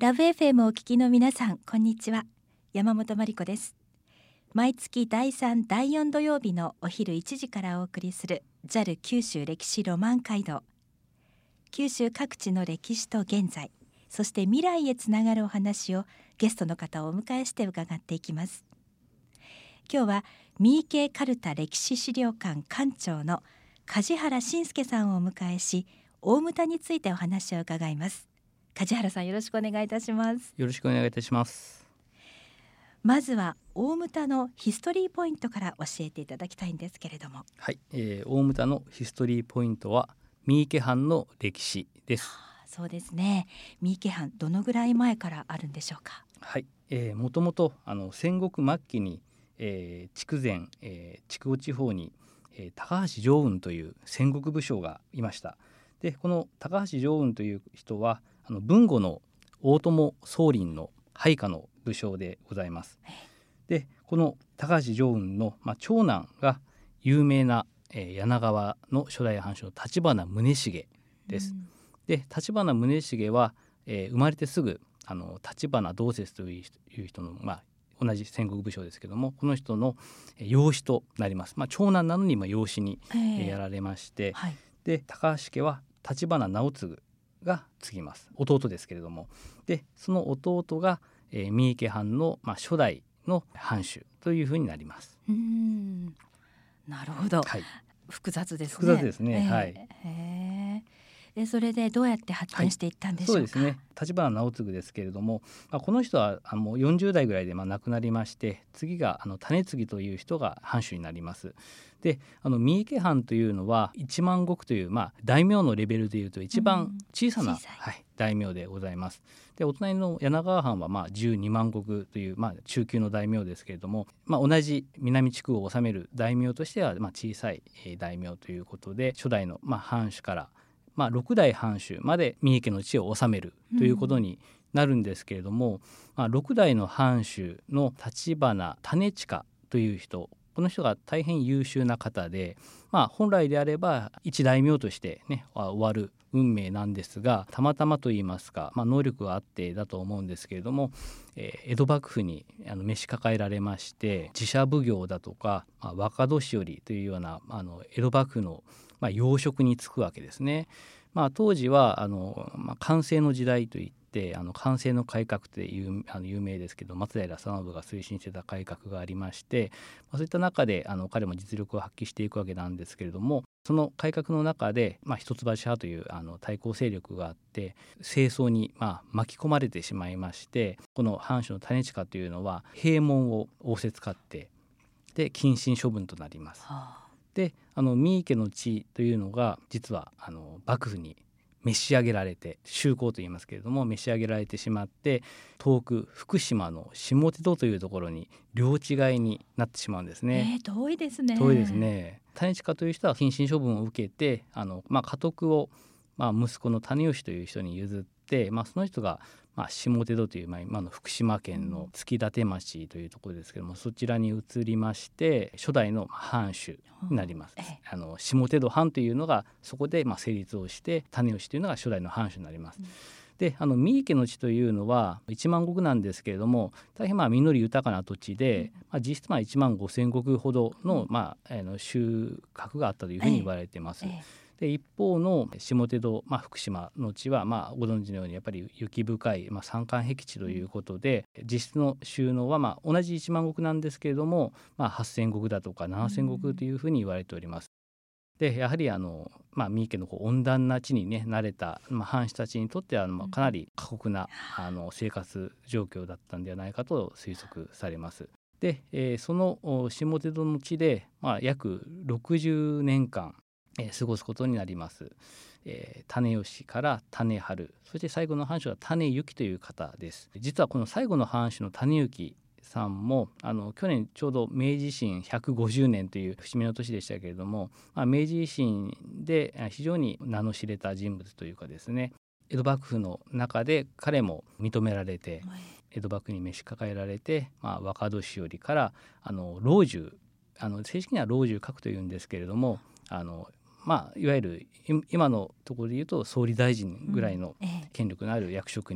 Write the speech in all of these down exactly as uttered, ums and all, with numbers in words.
ラブ エフエム をお聞きの皆さん、こんにちは。山本真理子です。毎月だいさん、だいよん土曜日のお昼いちじからお送りする ジャル 九州歴史ロマン街道。九州各地の歴史と現在、そして未来へつながるお話をゲストの方をお迎えして伺っていきます。今日は三池カルタ歴史資料館館長の梶原信介さんをお迎えし、大牟田についてお話を伺います。梶原さん、よろしくお願いいたします。 よろしくお願いいたします。 まずは大牟田のヒストリーポイントから教えていただきたいんですけれども。 はい、えー、大牟田のヒストリーポイントは三池藩の歴史です。 そうですね。三池藩、どのぐらい前からあるんでしょうか。 はい、えー、もともとあの戦国末期に、えー、筑前、えー、筑後地方に、えー、高橋常雲という戦国武将がいました。でこの高橋常雲という人はあの豊後の大友宗麟の配下の武将でございます。でこの高橋常雲の、まあ、長男が有名な、えー、柳川の初代藩主の橘宗茂です。うん、で橘宗茂は、えー、生まれてすぐあの橘道節という人の、まあ、同じ戦国武将ですけども、この人の養子となります。まあ、長男なのに、まあ、養子に、えー、やられまして、はい、で高橋家は橘直次が継ぎます。弟ですけれども、でその弟が、えー、三池藩の、まあ、初代の藩主というふうになります。 うーん、なるほど、はい、複雑ですね。 複雑ですね、 えー、 はい。 へでそれでどうやって発展していったんでしょうか。 はい、そうですね。橘直次ですけれども、まあ、この人はあのよんじゅう代ぐらいでまあ亡くなりまして、次があの種継という人が藩主になります。であの三池藩というのは一万石という、まあ、大名のレベルでいうと一番小さな、うん、はい、大名でございます。でお隣の柳川藩はまあじゅうにまん石という、まあ、中級の大名ですけれども、まあ、同じ南地区を治める大名としては、まあ、小さい大名ということで、初代の、まあ、藩主からまあ、ろく代藩主まで三池の地を治めるということになるんですけれども、うん、まあ、ろく代の藩主の橘種親という人、この人が大変優秀な方で、まあ、本来であれば一大名として、ね、終わる運命なんですが、たまたまといいますか、まあ、能力があってだと思うんですけれども、えー、江戸幕府にあの召し抱えられまして、寺社奉行だとか、まあ、若年寄というようなあの江戸幕府のまあ、要職に就くわけですね。まあ、当時はあの、まあ、寛政の時代といってあの寛政の改革っていうあの有名ですけど、松平定信が推進してた改革がありまして、まあ、そういった中であの彼も実力を発揮していくわけなんですけれども、その改革の中で、まあ、一橋派というあの対抗勢力があって政争にまあ巻き込まれてしまいまして、この藩主の種親というのは閉門を仰せつかってで謹慎処分となります。はあ、であの三池の地というのが実はあの幕府に召し上げられて、就航といいますけれども召し上げられてしまって、遠く福島の下手戸というところに領地外になってしまうんですね。 えー、遠いですね。 遠いですね。種親という人は謹慎処分を受けて、あの、まあ、家督を、まあ、息子の種吉という人に譲って、まあ、その人がまあ、下手戸という、まあ、今の福島県の月舘町というところですけども、そちらに移りまして初代の藩主になります。あの下手戸藩というのがそこでまあ成立をして、種吉というのが初代の藩主になります。うん、であの三池の地というのはいちまん石なんですけれども、大変まあ実り豊かな土地で、うん、まあ、実質まあいちまんごせん石ほどの、まあ、あの収穫があったというふうに言われています。ええええで一方の下手戸、まあ、福島の地は、まあ、ご存知のようにやっぱり雪深い、まあ、山間僻地ということで、実質の収納はまあ同じいちまん石なんですけれども、まあ、はっせん石だとかななせん石というふうに言われております。でやはりあの、まあ、三池のこう温暖な地に、ね、慣れた、まあ、藩主たちにとってはまあかなり過酷なあの生活状況だったんではないかと推測されます。で、えー、その下手戸の地で、まあ、約ろくじゅうねんかんえー、過ごすことになります。えー、種吉から種春、そして最後の藩主は種行という方です。実はこの最後の藩主の種行さんもあの去年ちょうど明治維新ひゃくごじゅうねんという節目の年でしたけれども、まあ、明治維新で非常に名の知れた人物というかですね、江戸幕府の中で彼も認められて、はい、江戸幕府に召し抱えられて、まあ、若年寄からあの老中、あの正式には老中閣というんですけれども、あのまあ、いわゆる今のところで言うと総理大臣ぐらいの権力のある役職に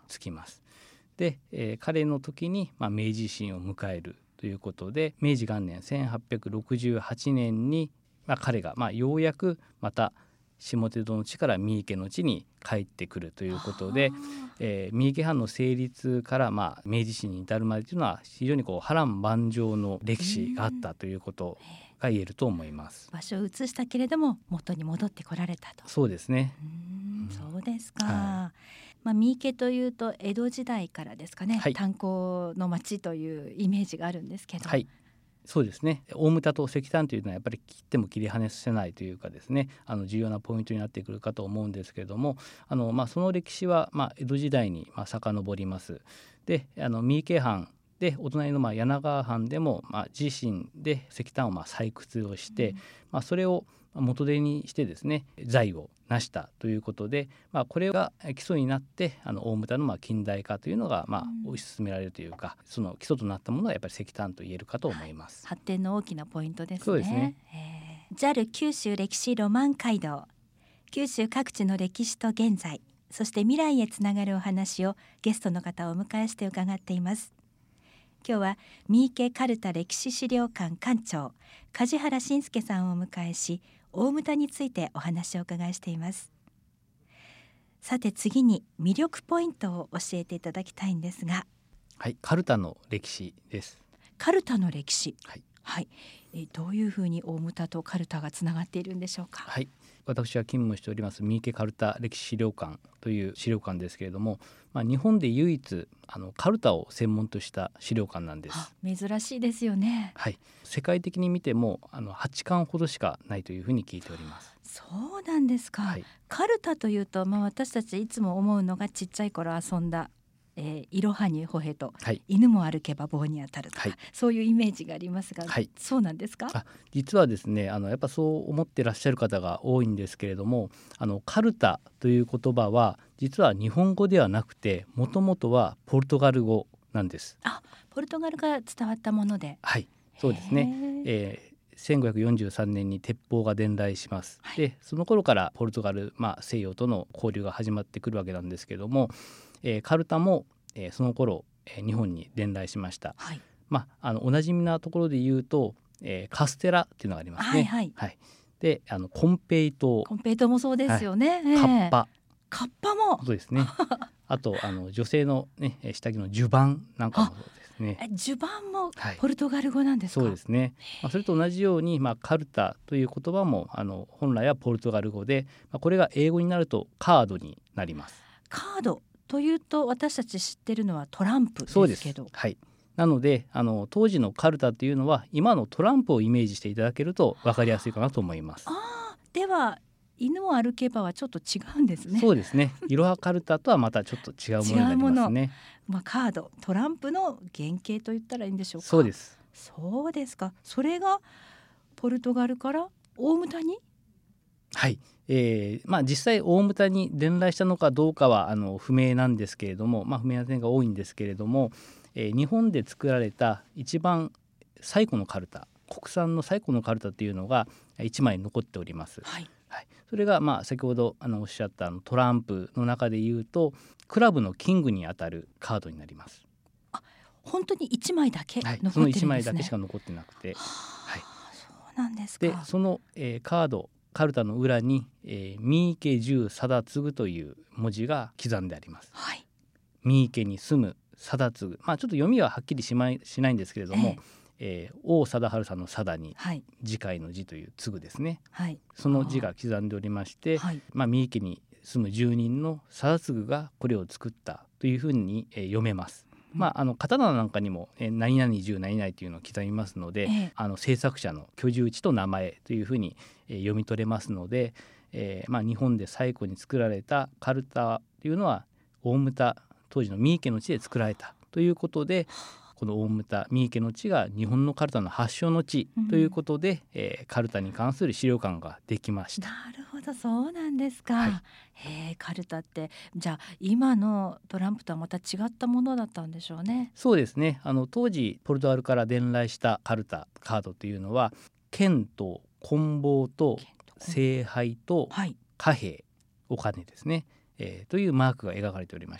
つきます。で、えー、彼の時に、まあ、明治維新を迎えるということで、明治元年せんはっぴゃくろくじゅうはちねんに、まあ、彼が、まあ、ようやくまた下手戸の地から三池の地に帰ってくるということで、えー、三池藩の成立から、まあ、明治維新に至るまでというのは非常にこう波乱万丈の歴史があったということが言えると思います。 場所を移したけれども元に戻ってこられたと。 そうですね。 うーん、そうですか。 はまあ、三池というと江戸時代からですかね、 はい炭鉱の町というイメージがあるんですけど、 はい、そうですね。大牟田と石炭というのはやっぱり切っても切り離せないというかですね、あの重要なポイントになってくるかと思うんですけれども、あの、まあ、その歴史は、まあ、江戸時代にまあ遡ります。で、あの三池藩でお隣のまあ柳川藩でも、まあ、自身で石炭をまあ採掘をして、うん、まあ、それを元手にしてですね財を成したということで、まあ、これが基礎になってあの大牟田のまあ近代化というのがまあ推し進められるというか、うん、その基礎となったものはやっぱり石炭と言えるかと思います。 はい、発展の大きなポイントですね。 そうですね。 えー、ジャル 九州歴史ロマン街道、九州各地の歴史と現在、そして未来へつながるお話をゲストの方をお迎えして伺っています。今日は三池カルタ歴史資料館館長梶原信介さんをお迎えし、大牟田についてお話を伺いしています。さて次に魅力ポイントを教えていただきたいんですが。 はい、カルタの歴史です。 カルタの歴史、 はい、 はい、えどういうふうに大牟田とカルタがつながっているんでしょうか。 はい、私は勤務しております三池カルタ歴史資料館という資料館ですけれども、まあ、日本で唯一あのカルタを専門とした資料館なんです。 珍しいですよね。 はい、世界的に見てもあのはちかんほどしかないというふうに聞いております。 そうなんですか。はい、カルタというと、まあ、私たちいつも思うのがちっちゃい頃遊んだえー、いろはにほへと、はい、犬も歩けば棒に当たるとか、はい、そういうイメージがありますが、はい、そうなんですか。 あ、実はですね、あのやっぱそう思ってらっしゃる方が多いんですけれども、あのカルタという言葉は実は日本語ではなくて、もともとはポルトガル語なんです。 あ、ポルトガルから伝わったもので。 はい、そうですね。えーせんごひゃくよんじゅうさんねんに鉄砲が伝来します。はい、でその頃からポルトガル、まあ、西洋との交流が始まってくるわけなんですけれども、えー、カルタも、えー、その頃、えー、日本に伝来しました。はい、まあ、あのおなじみなところで言うと、えー、カステラっていうのがありますね。はいはいはい、であのコンペイトウ、 コンペイトウもそうですよね。はい、 えー、カッパカッパもそうですね。あとあの女性の、ね、下着の襦袢なんかもそうですね。 襦袢もポルトガル語なんですか。 はい、そうですね。まあ、それと同じように、まあ、カルタという言葉もあの本来はポルトガル語で、まあ、これが英語になるとカードになります。 カードというと私たち知ってるのはトランプですけど。そうです。 はい。なのであの当時のカルタというのは今のトランプをイメージしていただけると分かりやすいかなと思います。 あ、では犬を歩けばはちょっと違うんですね。 そうですね。いろはカルタとはまたちょっと違うものになりますね。 まあ、カード、トランプの原型と言ったらいいんでしょうか。 そうです。 そうですか。それがポルトガルから大牟田に。 はい、えーまあ、実際大牟田に伝来したのかどうかはあの不明なんですけれども、まあ、不明な点が多いんですけれども、えー、日本で作られた一番最古のカルタ、国産の最古のカルタというのがいちまい残っております。はいはい、それがまあ先ほどあのおっしゃったあのトランプの中で言うとクラブのキングにあたるカードになります。 あ、本当にいちまいだけ残ってるんですね。 はい、そのいちまいだけしか残ってなくて、 はい、そうなんですか。 でその、えー、カードカルタの裏に、えー、三池十貞次という文字が刻んであります。はい、三池に住む貞次、まあ、ちょっと読みははっきりしまいしないんですけれども、えーえー、王貞治さんの貞に、はい、次回の字という次ですね、はい、その字が刻んでおりまして、はい、まあ、三池に住む住人の貞次がこれを作ったというふうに、えー、読めます。まあ、あの刀なんかにも、えー、何々十何々というのを刻みますので、ええ、あの制作者の居住地と名前というふうに、えー、読み取れますので、えーまあ、日本で最古に作られたカルタというのは大牟田当時の三池の地で作られたということで、この大牟田三池の地が日本のカルタの発祥の地ということで、うん、えー、カルタに関する資料館ができました。 なるほど、そうなんですか。はい、へー、カルタってじゃあ今のトランプとはまた違ったものだったんでしょうね。 そうですね。あの当時ポルトガルから伝来したカルタカードというのは剣と棍棒と聖杯と貨幣、お金ですね、えー、というマークが描かれておりました。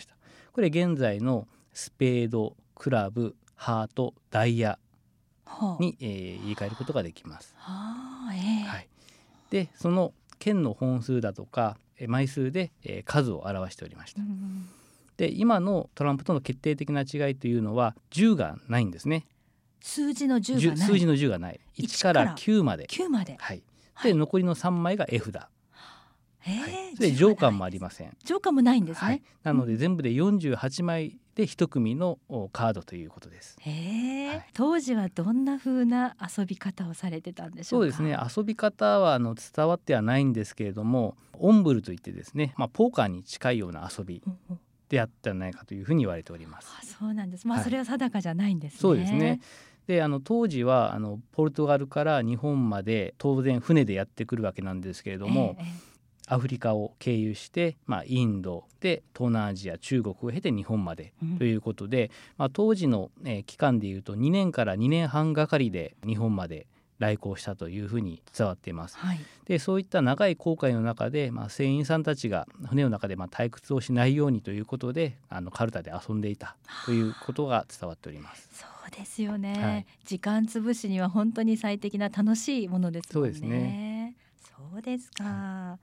これ現在のスペード、クラブ、ハート、ダイヤに、えー、言い換えることができます。 はあ、えーはい、でその剣の本数だとか枚数で、えー、数を表しておりました。うん、で今のトランプとの決定的な違いというのはじゅうがないんですね。 数字のじゅうがない。 数字のじゅうがない。いちからきゅうまで。 きゅうまで。 はい。で、はい、残りのさんまいが絵札。 へー、 はい、でジョーカーもありません。 ジョーカーもないんですね。はい、 なので全部でよんじゅうはちまいでいち組のカードということです。 へ、 はい、 当時はどんな風な遊び方をされてたんでしょうか。 そうですね、遊び方はあの伝わってはないんですけれども、オンブルといってですね、まあ、ポーカーに近いような遊びであったんじゃないかというふうに言われております。 あ、そうなんです。まあ、それは定かじゃないんですね。 そうですね。であの当時はあのポルトガルから日本まで当然船でやってくるわけなんですけれども、えーえー、アフリカを経由して、まあ、インドで東南アジア、中国を経て日本までということで、うん、まあ、当時の、えー、期間でいうとにねんからにねんはんがかりで日本まで来航したというふうに伝わっています。はい、でそういった長い航海の中で、まあ、船員さんたちが船の中でまあ退屈をしないようにということであのカルタで遊んでいたということが伝わっております。 そうですよね、 はい、 時間つぶしには本当に最適な楽しいものですもんね。 そうですね。 そうですか。はい、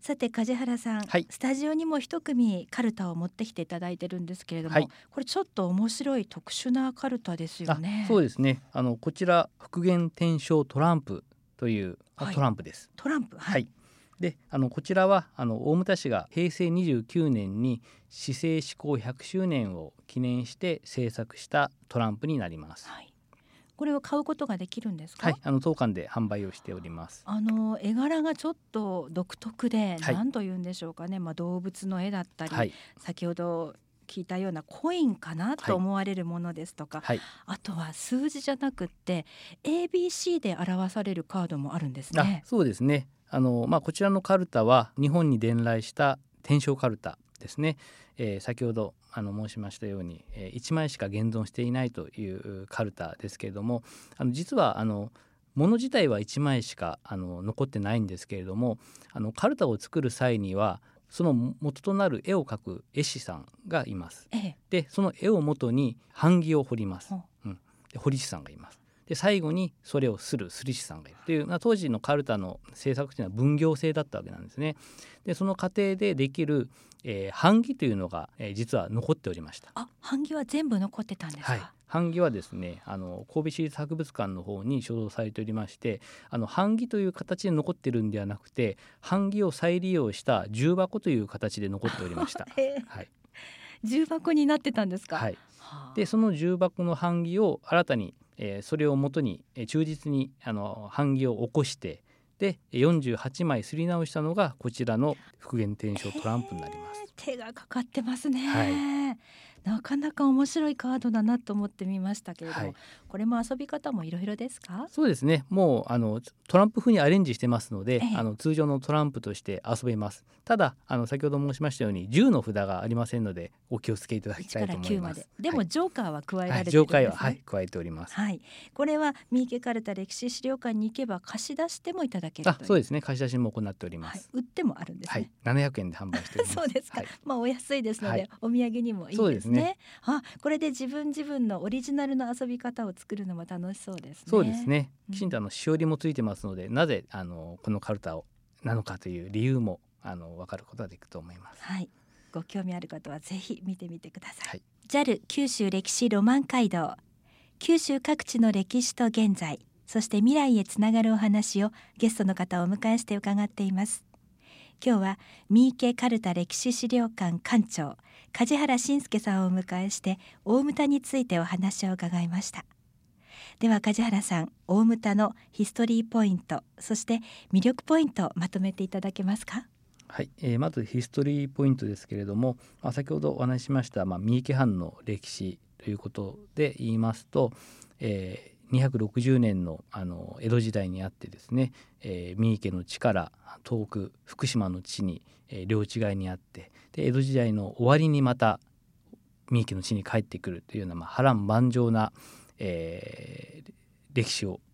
さて梶原さん、 はい、 スタジオにも一組カルタを持ってきていただいてるんですけれども、はい、これちょっと面白い特殊なカルタですよね。 そうですね。あのこちら復元転生トランプという、はい、トランプです。 トランプ、はい、 はい、であのこちらはあの大牟田市がへいせいにじゅうきゅうねんに市政施行ひゃくしゅうねんを記念して制作したトランプになります。 はい、これを買うことができるんですか。 はい、あの当館で販売をしております。 あの絵柄がちょっと独特で、はい、何というんでしょうかね、まあ、動物の絵だったり、はい、先ほど聞いたようなコインかなと思われるものですとか、はい、あとは数字じゃなくって エービーシー で表されるカードもあるんですね。 あ、そうですね。あの、まあ、こちらのカルタは日本に伝来した転生カルタですね。えー、先ほどあの申しましたように、えー、いちまいしか現存していないというカルタですけれども、あの実はあの物自体はいちまいしかあの残ってないんですけれども、あのカルタを作る際にはその元となる絵を描く絵師さんがいます。ええ、でその絵を元に版木を彫ります。うん、で彫り師さんがいます。で最後にそれをするすり師さんがいるという、まあ、当時のカルタの制作というのは分業制だったわけなんですね。でその過程でできる、えー、版木というのが、えー、実は残っておりました。 あ、版木は全部残ってたんですか。 はい、版木はですね、あの神戸市立博物館の方に所蔵されておりまして、あの版木という形で残ってるんではなくて版木を再利用した重箱という形で残っておりました。はい、 重箱になってたんですか。 はい、でその重箱の版木を新たに、えー、それをもとに、えー、忠実にあの版木を起こしてでよんじゅうはちまいすり直したのがこちらの復元転生トランプになります。 手がかかってますね。 はい、 なかなか面白いカードだなと思ってみましたけれども、 はい、 これも遊び方もいろいろですか。 そうですね。もうあのトランプ風にアレンジしてますので、 ええ、 あの通常のトランプとして遊べます。ただあの先ほど申しましたようにじゅうの札がありませんのでお気をつけいただきたいと思います。いちからきゅうまで。でもジョーカーは加えられているんですね。 はい、ジョーカーは、はい、加えております。 はい、これは三池カルタ歴史資料館に行けば貸し出してもいただけるという。 あ、そうですね。貸し出しも行っております。 はい、売ってもあるんですね。 はい、ななひゃくえんで販売しております。 そうですか。はい、まあお安いですので、はい、お土産にもいいですね。 そうですね。 あ、これで自分自分のオリジナルの遊び方を作るのも楽しそうですね。 そうですね。きちんとあのしおりもついてますので、うん、なぜあのこのカルタをなのかという理由もあの分かることができると思います。 はい、ご興味ある方はぜひ見てみてください。 はい、 ジャル 九州歴史ロマン街道、九州各地の歴史と現在、そして未来へつながるお話をゲストの方をお迎えして伺っています。今日は三池カルタ歴史資料館館長梶原信介さんをお迎えして大牟田についてお話を伺いました。では梶原さん、大牟田のヒストリーポイント、そして魅力ポイントをまとめていただけますか。 はい、えー、まずヒストリーポイントですけれども、まあ、先ほどお話ししました、まあ、三池藩の歴史ということで言いますと、えー、にひゃくろくじゅうねん の, あの江戸時代にあってですね、えー、三池の地から遠く福島の地に、えー、領地外にあって、で江戸時代の終わりにまた三池の地に帰ってくるというような、まあ、波乱万丈な、えー、歴史を、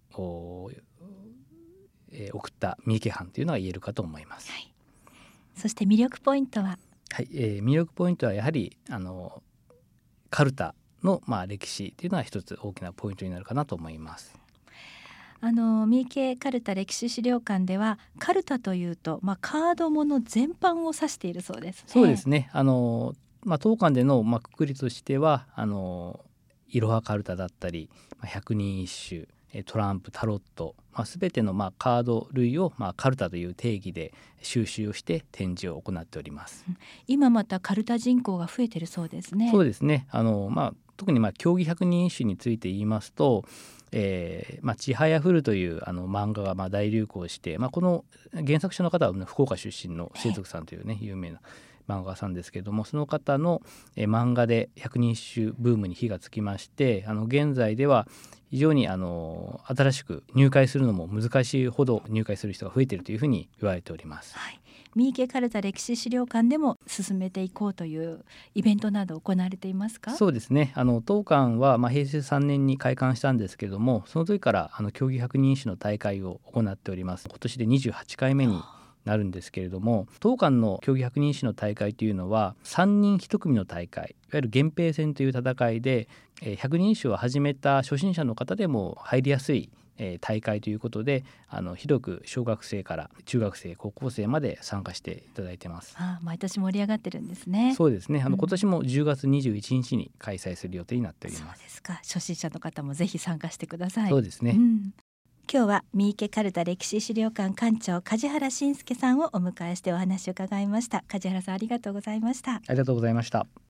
えー、送った三池藩というのが言えるかと思います。 はい、そして魅力ポイントは。 はい、えー、魅力ポイントはやはりあのカルタの、まあ、歴史というのは一つ大きなポイントになるかなと思います。 あの三池カルタ歴史資料館ではカルタというと、まあ、カードもの全般を指しているそうですね。 そうですね。あの、まあ、当館での、まあ、くくりとしてはあのいろはカルタだったり、まあ、百人一首、トランプ、タロット、まあ、全ての、まあ、カード類を、まあ、カルタという定義で収集をして展示を行っております。 今またカルタ人口が増えてるそうですね。 そうですね。あの、まあ、特に、まあ、競技百人一首について言いますと、えーまあ、ちはやふるというあの漫画がまあ大流行して、まあ、この原作者の方は、ね、福岡出身の清徳さんというね有名な漫画家さんですけれども、その方の、えー、漫画で百人一首ブームに火がつきまして、あの現在では非常にあの新しく入会するのも難しいほど入会する人が増えているというふうに言われております。 はい、三池カルタ歴史資料館でも進めていこうというイベントなど行われていますか？ そうですね。あの当館は、まあ、平成さんねんに開館したんですけれども、その時からあの競技百人一首の大会を行っております。今年でにじゅうはちかいめになるんですけれども、当館の競技百人一首の大会というのはさんにんいち組の大会、いわゆる源平戦という戦いで、えー、百人一首を始めた初心者の方でも入りやすいえー、大会ということで、あの広く小学生から中学生、高校生まで参加していただいてます。 ああ、毎年盛り上がってるんですね。 そうですね。あの、 うん、 今年もじゅうがつにじゅういちにちに開催する予定になっております。 そうですか。初心者の方もぜひ参加してください。 そうですね。 うん、今日は三池カルタ歴史資料館館長梶原信介さんをお迎えしてお話を伺いました。梶原さん、ありがとうございました。 ありがとうございました。